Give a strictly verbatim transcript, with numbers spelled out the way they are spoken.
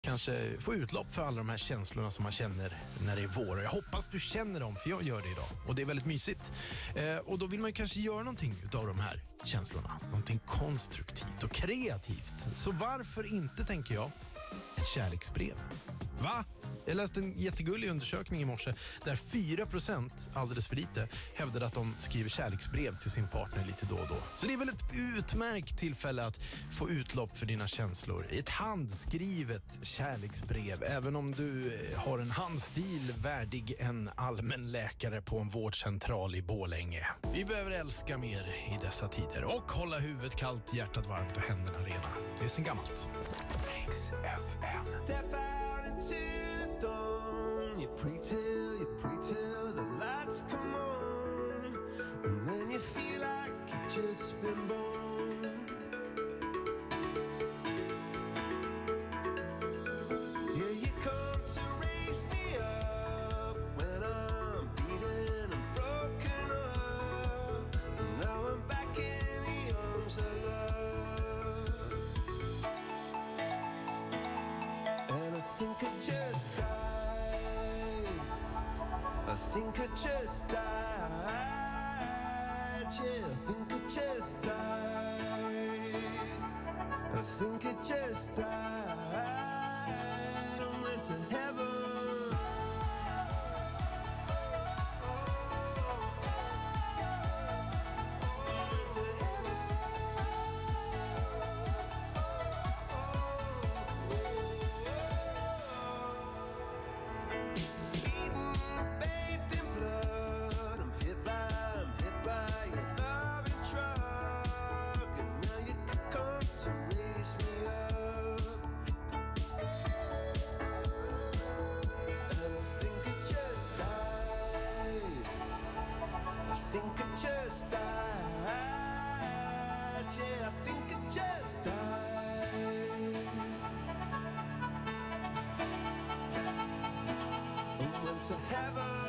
kanske få utlopp för alla de här känslorna som man känner när det är vår. Jag hoppas du känner dem, för jag gör det idag. Och det är väldigt mysigt. Eh, och då vill man ju kanske göra någonting av de här känslorna. Någonting konstruktivt och kreativt. Så varför inte, tänker jag, ett kärleksbrev? Va? Jag läste en jättegullig undersökning i morse där fyra procent, alldeles för lite, hävdade att de skriver kärleksbrev till sin partner lite då och då. Så det är väl ett utmärkt tillfälle att få utlopp för dina känslor i ett handskrivet kärleksbrev, även om du har en handstil värdig en allmän läkare på en vårdcentral i Borlänge. Vi behöver älska mer i dessa tider och hålla huvudet kallt, hjärtat varmt och händerna rena. Det är sen gammalt. Riks F M. Step out into dawn. You pray till, you pray till the lights come on, and then you feel like you've just been born. Yeah, you come to raise me up when I'm beaten and broken up, and now I'm back in the arms of love. And I think I just died. I think I just died. Yeah, I think I just died. I think I just died. I went to heaven. I think I just died. Yeah, I think I just died. I went to heaven.